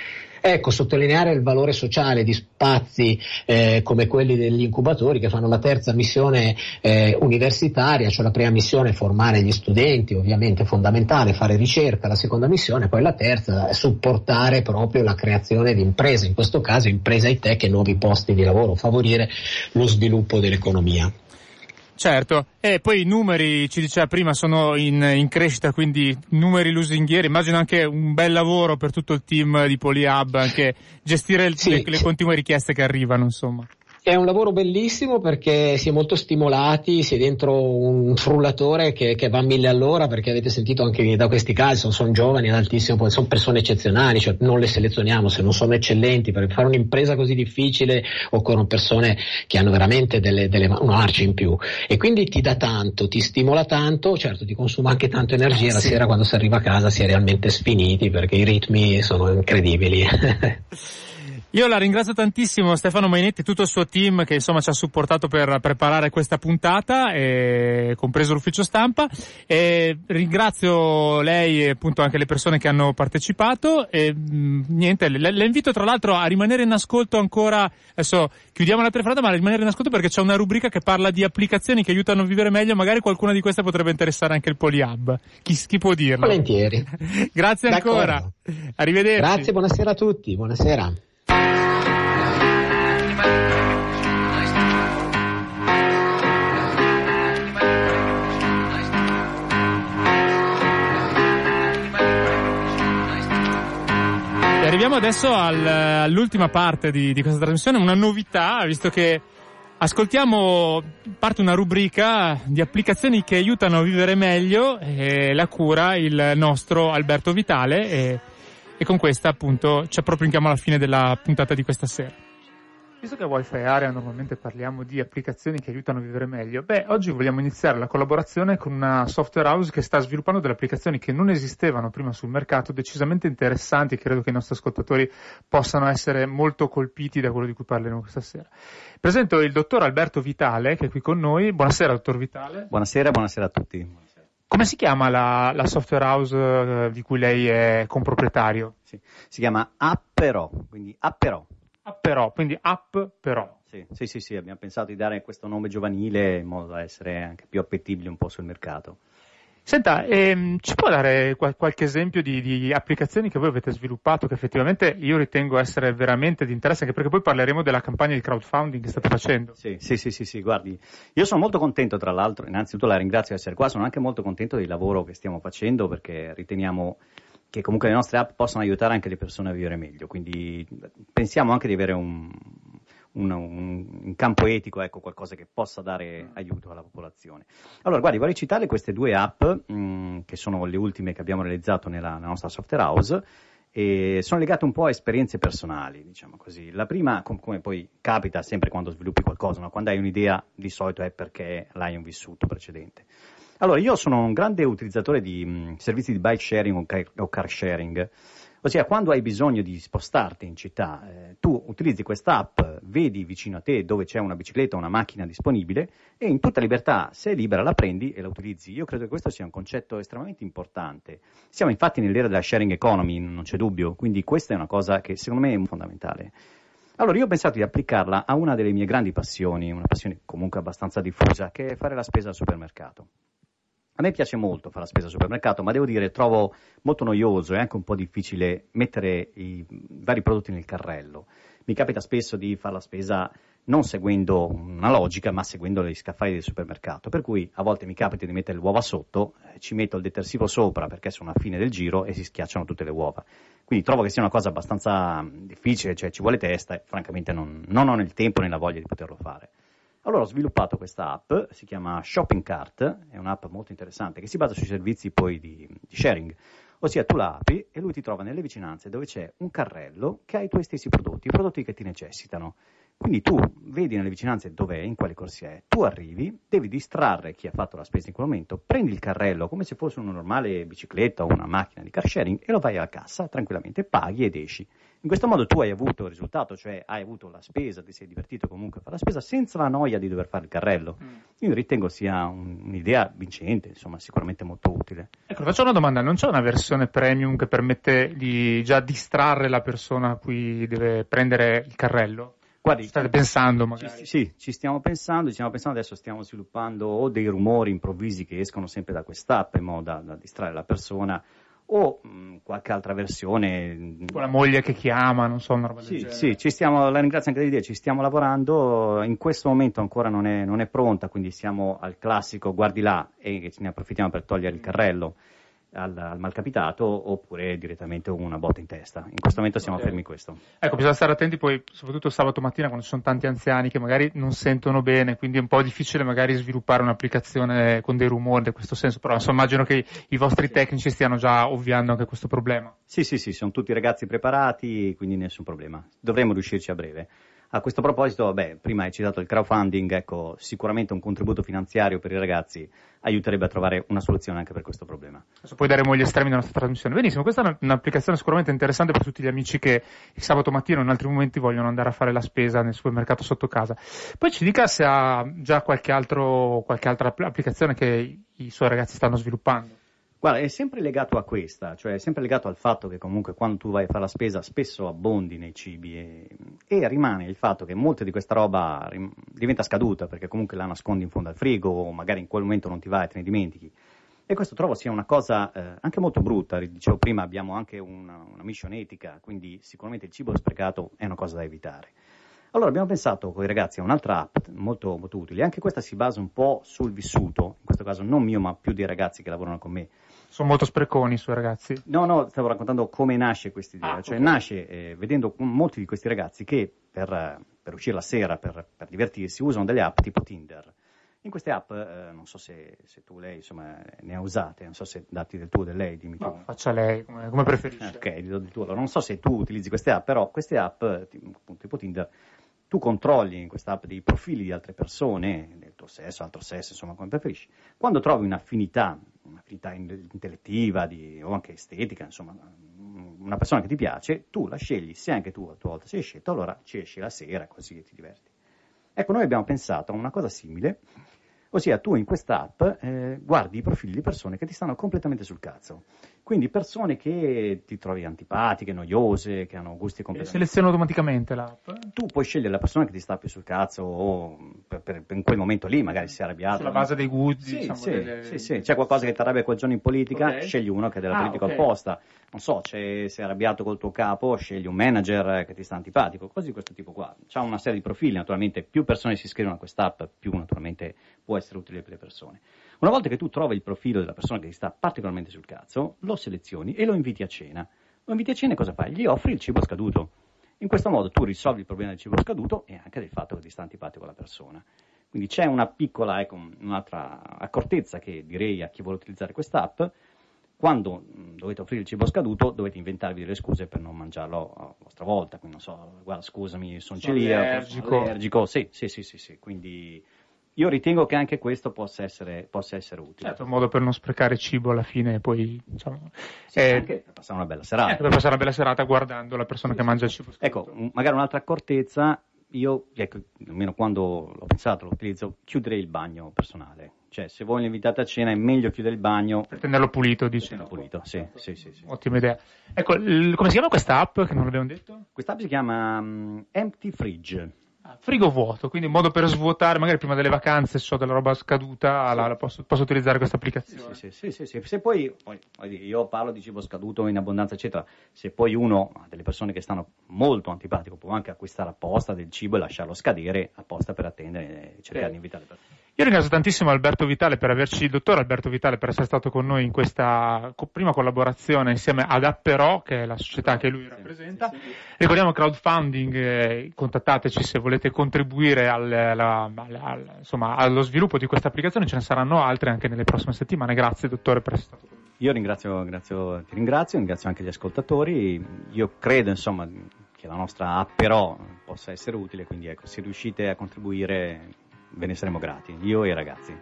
Ecco, sottolineare il valore sociale di spazi come quelli degli incubatori, che fanno la terza missione universitaria, cioè la prima missione è formare gli studenti, ovviamente fondamentale, fare ricerca, la seconda missione, poi la terza è supportare proprio la creazione di imprese, in questo caso imprese high-tech e nuovi posti di lavoro, favorire lo sviluppo dell'economia. Certo, e poi i numeri, ci diceva prima, sono in crescita, quindi numeri lusinghieri. Immagino anche un bel lavoro per tutto il team di PolyHub, anche gestire le continue richieste che arrivano, insomma. È un lavoro bellissimo perché si è molto stimolati, si è dentro un frullatore che va a 1000 all'ora, perché avete sentito anche da questi casi, sono giovani ad altissimo, sono persone eccezionali, cioè non le selezioniamo se non sono eccellenti, perché fare un'impresa così difficile occorrono persone che hanno veramente una marcia in più, e quindi ti dà tanto, ti stimola tanto, certo ti consuma anche tanto energia, la sera quando si arriva a casa si è realmente sfiniti perché i ritmi sono incredibili. Io la ringrazio tantissimo Stefano Mainetti e tutto il suo team che insomma ci ha supportato per preparare questa puntata, compreso l'ufficio stampa, e ringrazio lei e appunto anche le persone che hanno partecipato e niente, le invito tra l'altro a rimanere in ascolto ancora, adesso chiudiamo la telefonata, ma a rimanere in ascolto perché c'è una rubrica che parla di applicazioni che aiutano a vivere meglio, magari qualcuna di queste potrebbe interessare anche il PolyHub, chi può dirlo? Volentieri. Grazie ancora, arrivederci. Grazie, buonasera a tutti, buonasera. Arriviamo adesso all'ultima parte di questa trasmissione, una novità, visto che parte una rubrica di applicazioni che aiutano a vivere meglio, la cura il nostro Alberto Vitale, e con questa appunto ci appropinchiamo alla fine della puntata di questa sera. Visto che a Wi-Fi Area normalmente parliamo di applicazioni che aiutano a vivere meglio, oggi vogliamo iniziare la collaborazione con una software house che sta sviluppando delle applicazioni che non esistevano prima sul mercato, decisamente interessanti, credo che i nostri ascoltatori possano essere molto colpiti da quello di cui parleremo questa sera. Presento il dottor Alberto Vitale, che è qui con noi. Buonasera, dottor Vitale. Buonasera a tutti. Buonasera. Come si chiama la software house di cui lei è comproprietario? Sì. Si chiama Appero, quindi Appero. Appero, quindi App Però. Sì, abbiamo pensato di dare questo nome giovanile in modo da essere anche più appetibile un po' sul mercato. Senta, ci può dare qualche esempio di applicazioni che voi avete sviluppato che effettivamente io ritengo essere veramente di interesse, anche perché poi parleremo della campagna di crowdfunding che state facendo. Sì, guardi, io sono molto contento, tra l'altro, innanzitutto la ringrazio di essere qua, sono anche molto contento del lavoro che stiamo facendo perché riteniamo che comunque le nostre app possano aiutare anche le persone a vivere meglio, quindi pensiamo anche di avere un campo etico, ecco, qualcosa che possa dare aiuto alla popolazione. Allora, guardi, vorrei citare queste due app, che sono le ultime che abbiamo realizzato nella nostra software house, e sono legate un po' a esperienze personali, diciamo così. La prima, come poi capita sempre quando sviluppi qualcosa, no? Quando hai un'idea, di solito è perché l'hai un vissuto precedente. Allora, io sono un grande utilizzatore di servizi di bike sharing o car sharing, ossia quando hai bisogno di spostarti in città, tu utilizzi questa app, vedi vicino a te dove c'è una bicicletta o una macchina disponibile e in tutta libertà, se è libera, la prendi e la utilizzi. Io credo che questo sia un concetto estremamente importante. Siamo infatti nell'era della sharing economy, non c'è dubbio, quindi questa è una cosa che secondo me è fondamentale. Allora, io ho pensato di applicarla a una delle mie grandi passioni, una passione comunque abbastanza diffusa, che è fare la spesa al supermercato. A me piace molto fare la spesa al supermercato, ma devo dire trovo molto noioso e anche un po' difficile mettere i vari prodotti nel carrello. Mi capita spesso di fare la spesa non seguendo una logica, ma seguendo gli scaffali del supermercato, per cui a volte mi capita di mettere le uova sotto, ci metto il detersivo sopra perché sono a fine del giro e si schiacciano tutte le uova. Quindi trovo che sia una cosa abbastanza difficile, cioè ci vuole testa e francamente non ho né il tempo né la voglia di poterlo fare. Allora ho sviluppato questa app, si chiama Shopping Cart, è un'app molto interessante che si basa sui servizi poi di sharing, ossia tu la apri e lui ti trova nelle vicinanze dove c'è un carrello che ha i tuoi stessi prodotti, i prodotti che ti necessitano. Quindi tu vedi nelle vicinanze dov'è, in quale corsia è, tu arrivi, devi distrarre chi ha fatto la spesa in quel momento, prendi il carrello come se fosse una normale bicicletta o una macchina di car sharing e lo vai alla cassa, tranquillamente paghi ed esci. In questo modo tu hai avuto il risultato, cioè hai avuto la spesa, ti sei divertito comunque a fare la spesa senza la noia di dover fare il carrello. Io ritengo sia un'idea vincente, insomma, sicuramente molto utile. Ecco, faccio una domanda, non c'è una versione premium che permette di già distrarre la persona a cui deve prendere il carrello? Guardi, state pensando magari? Sì, ci stiamo pensando, adesso stiamo sviluppando o dei rumori improvvisi che escono sempre da quest'app in modo da distrarre la persona o qualche altra versione. La moglie che chiama, non so, una roba del genere. Sì, la ringrazio anche dell'idea, ci stiamo lavorando, in questo momento ancora non è pronta, quindi siamo al classico guardi là e ne approfittiamo per togliere il carrello al malcapitato oppure direttamente una botta in testa. In questo momento siamo fermi in questo. Ecco, bisogna stare attenti poi, soprattutto sabato mattina quando ci sono tanti anziani che magari non sentono bene, quindi è un po' difficile magari sviluppare un'applicazione con dei rumori in questo senso, però insomma immagino che i vostri tecnici stiano già ovviando anche questo problema. Sì, sono tutti ragazzi preparati, quindi nessun problema. Dovremo riuscirci a breve. A questo proposito, prima hai citato il crowdfunding, ecco, sicuramente un contributo finanziario per i ragazzi aiuterebbe a trovare una soluzione anche per questo problema. Adesso poi daremo gli estremi della nostra trasmissione. Benissimo, questa è un'applicazione sicuramente interessante per tutti gli amici che il sabato mattina o in altri momenti vogliono andare a fare la spesa nel supermercato sotto casa. Poi ci dica se ha già qualche altra applicazione che i suoi ragazzi stanno sviluppando. Guarda, è sempre legato a questa, cioè è sempre legato al fatto che comunque quando tu vai a fare la spesa spesso abbondi nei cibi e rimane il fatto che molta di questa roba diventa scaduta perché comunque la nascondi in fondo al frigo o magari in quel momento non ti va e te ne dimentichi. E questo trovo sia una cosa anche molto brutta, dicevo prima abbiamo anche una mission etica, quindi sicuramente il cibo sprecato è una cosa da evitare. Allora abbiamo pensato con i ragazzi a un'altra app molto, molto utile, anche questa si basa un po' sul vissuto, in questo caso non mio ma più dei ragazzi che lavorano con me. Sono molto spreconi i suoi ragazzi? No, stavo raccontando come nasce questa idea, cioè okay. Nasce vedendo molti di questi ragazzi che per uscire la sera, per divertirsi, usano delle app tipo Tinder. In queste app, non so se tu lei insomma ne ha usate, non so se dati del tuo o del lei, dimmi tu. No, faccia lei, come preferisce. Ok, do del tuo. Allora, non so se tu utilizzi queste app, però queste app, tipo Tinder, tu controlli in questa app dei profili di altre persone, del tuo sesso, altro sesso, insomma, come preferisci. Quando trovi un'affinità intellettiva o anche estetica, insomma, una persona che ti piace, tu la scegli, se anche tu a tua volta sei scelto, allora ci esci la sera, così ti diverti. Ecco, noi abbiamo pensato a una cosa simile, ossia tu in quest'app guardi i profili di persone che ti stanno completamente sul cazzo. Quindi persone che ti trovi antipatiche, noiose, che hanno gusti completamente... Seleziona automaticamente l'app? Tu puoi scegliere la persona che ti sta più sul cazzo o in quel momento lì, magari si è arrabbiato. Sulla base dei gusti, sì. C'è qualcosa che ti arrabbia quel giorno in politica, okay. Scegli uno che è della politica opposta. Non so, sei arrabbiato col tuo capo, scegli un manager che ti sta antipatico, così questo tipo qua. C'ha una serie di profili, naturalmente più persone si iscrivono a quest'app, più naturalmente può essere utile per le persone. Una volta che tu trovi il profilo della persona che ti sta particolarmente sul cazzo, lo selezioni e lo inviti a cena. Lo inviti a cena e cosa fai? Gli offri il cibo scaduto. In questo modo tu risolvi il problema del cibo scaduto e anche del fatto che ti sta antipatico la persona. Quindi c'è una piccola, un'altra accortezza che direi a chi vuole utilizzare quest'app. Quando dovete offrire il cibo scaduto dovete inventarvi delle scuse per non mangiarlo a vostra volta. Quindi non so, guarda scusami, sono allergico. Sì. Quindi io ritengo che anche questo possa essere utile. Certo, un modo per non sprecare cibo alla fine, poi diciamo. Anche per passare una bella serata. Per passare una bella serata guardando la persona che mangia il cibo scaduto. Ecco, magari un'altra accortezza, io, almeno quando l'ho pensato, lo utilizzo, chiuderei il bagno personale. Cioè, se voi li invitate a cena è meglio chiudere il bagno. Per tenerlo pulito, dici? Tenerlo pulito, sì. Ottima idea. Ecco, come si chiama questa app, che non l'abbiamo detto? Questa app si chiama Empty Fridge. Frigo vuoto, quindi un modo per svuotare, magari prima delle vacanze, se ho della roba scaduta, posso utilizzare questa applicazione. Sì. Se poi io parlo di cibo scaduto in abbondanza, eccetera, se poi uno ha delle persone che stanno molto antipatico, può anche acquistare apposta del cibo e lasciarlo scadere apposta per attendere e cercare di invitare le persone. Io ringrazio tantissimo il dottor Alberto Vitale, per essere stato con noi in questa prima collaborazione insieme ad Apperò, che è la società che lui rappresenta. Sì. Ricordiamo crowdfunding, contattateci se volete contribuire allo sviluppo di questa applicazione, ce ne saranno altre anche nelle prossime settimane. Grazie dottore per essere stato con noi. Io ringrazio anche gli ascoltatori. Io credo insomma che la nostra app però possa essere utile, quindi ecco, se riuscite a contribuire ve ne saremo grati, io e i ragazzi.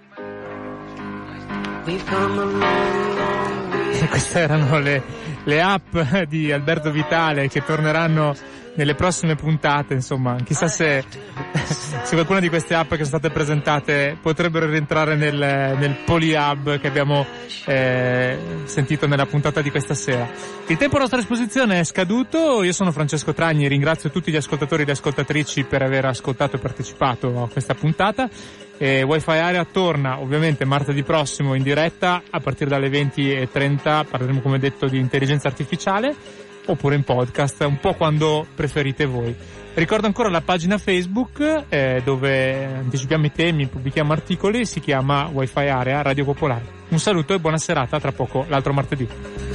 Queste erano le app di Alberto Vitale che torneranno nelle prossime puntate, insomma, chissà se qualcuna di queste app che sono state presentate potrebbero rientrare nel Polyhub che abbiamo sentito nella puntata di questa sera. Il tempo a nostra disposizione è scaduto, io sono Francesco Tragni, ringrazio tutti gli ascoltatori e le ascoltatrici per aver ascoltato e partecipato a questa puntata. Wi-Fi Area torna ovviamente martedì prossimo in diretta a partire dalle 20:30, parleremo come detto di intelligenza artificiale, oppure in podcast, un po' quando preferite voi. Ricordo ancora la pagina Facebook dove anticipiamo i temi, pubblichiamo articoli, si chiama Wi-Fi Area Radio Popolare. Un saluto e buona serata, tra poco l'altro martedì.